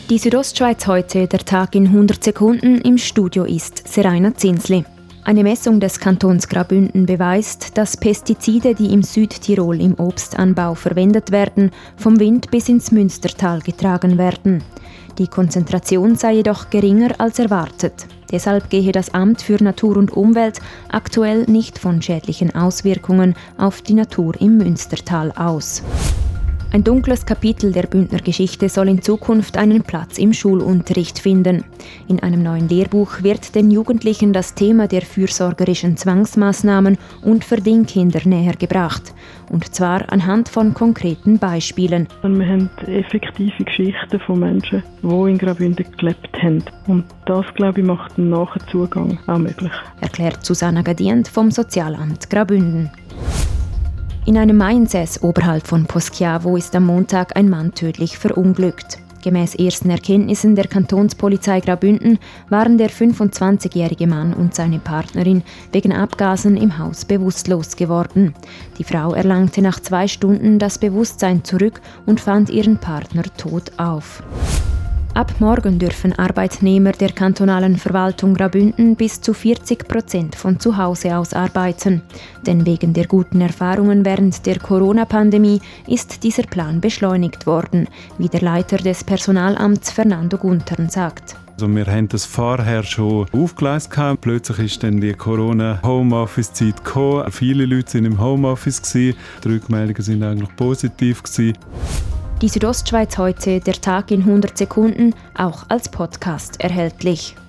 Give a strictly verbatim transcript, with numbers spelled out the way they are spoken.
Die Südostschweiz heute, der Tag in hundert Sekunden. Im Studio ist Seraina Zinsli. Eine Messung des Kantons Graubünden beweist, dass Pestizide, die im Südtirol im Obstanbau verwendet werden, vom Wind bis ins Münstertal getragen werden. Die Konzentration sei jedoch geringer als erwartet. Deshalb gehe das Amt für Natur und Umwelt aktuell nicht von schädlichen Auswirkungen auf die Natur im Münstertal aus. Ein dunkles Kapitel der Bündner Geschichte soll in Zukunft einen Platz im Schulunterricht finden. In einem neuen Lehrbuch wird den Jugendlichen das Thema der fürsorgerischen Zwangsmaßnahmen und Verdingkinder nähergebracht. Und zwar anhand von konkreten Beispielen. Wir haben effektive Geschichten von Menschen, die in Graubünden gelebt haben. Und das, glaube ich, macht einen Nachzugang auch möglich. Erklärt Susanna Gadient vom Sozialamt Graubünden. In einem Mainsäß oberhalb von Poschiavo ist am Montag ein Mann tödlich verunglückt. Gemäss ersten Erkenntnissen der Kantonspolizei Graubünden waren der fünfundzwanzigjährige Mann und seine Partnerin wegen Abgasen im Haus bewusstlos geworden. Die Frau erlangte nach zwei Stunden das Bewusstsein zurück und fand ihren Partner tot auf. Ab morgen dürfen Arbeitnehmer der kantonalen Verwaltung Graubünden bis zu vierzig Prozent von zu Hause aus arbeiten. Denn wegen der guten Erfahrungen während der Corona-Pandemie ist dieser Plan beschleunigt worden, wie der Leiter des Personalamts Fernando Guntern sagt. Also wir haben das vorher schon aufgeleistet. Plötzlich ist dann die Corona-Homeoffice-Zeit gekommen. Viele Leute waren im Homeoffice. Die Rückmeldungen waren eigentlich positiv. Die Südostschweiz heute, der Tag in hundert Sekunden, auch als Podcast erhältlich.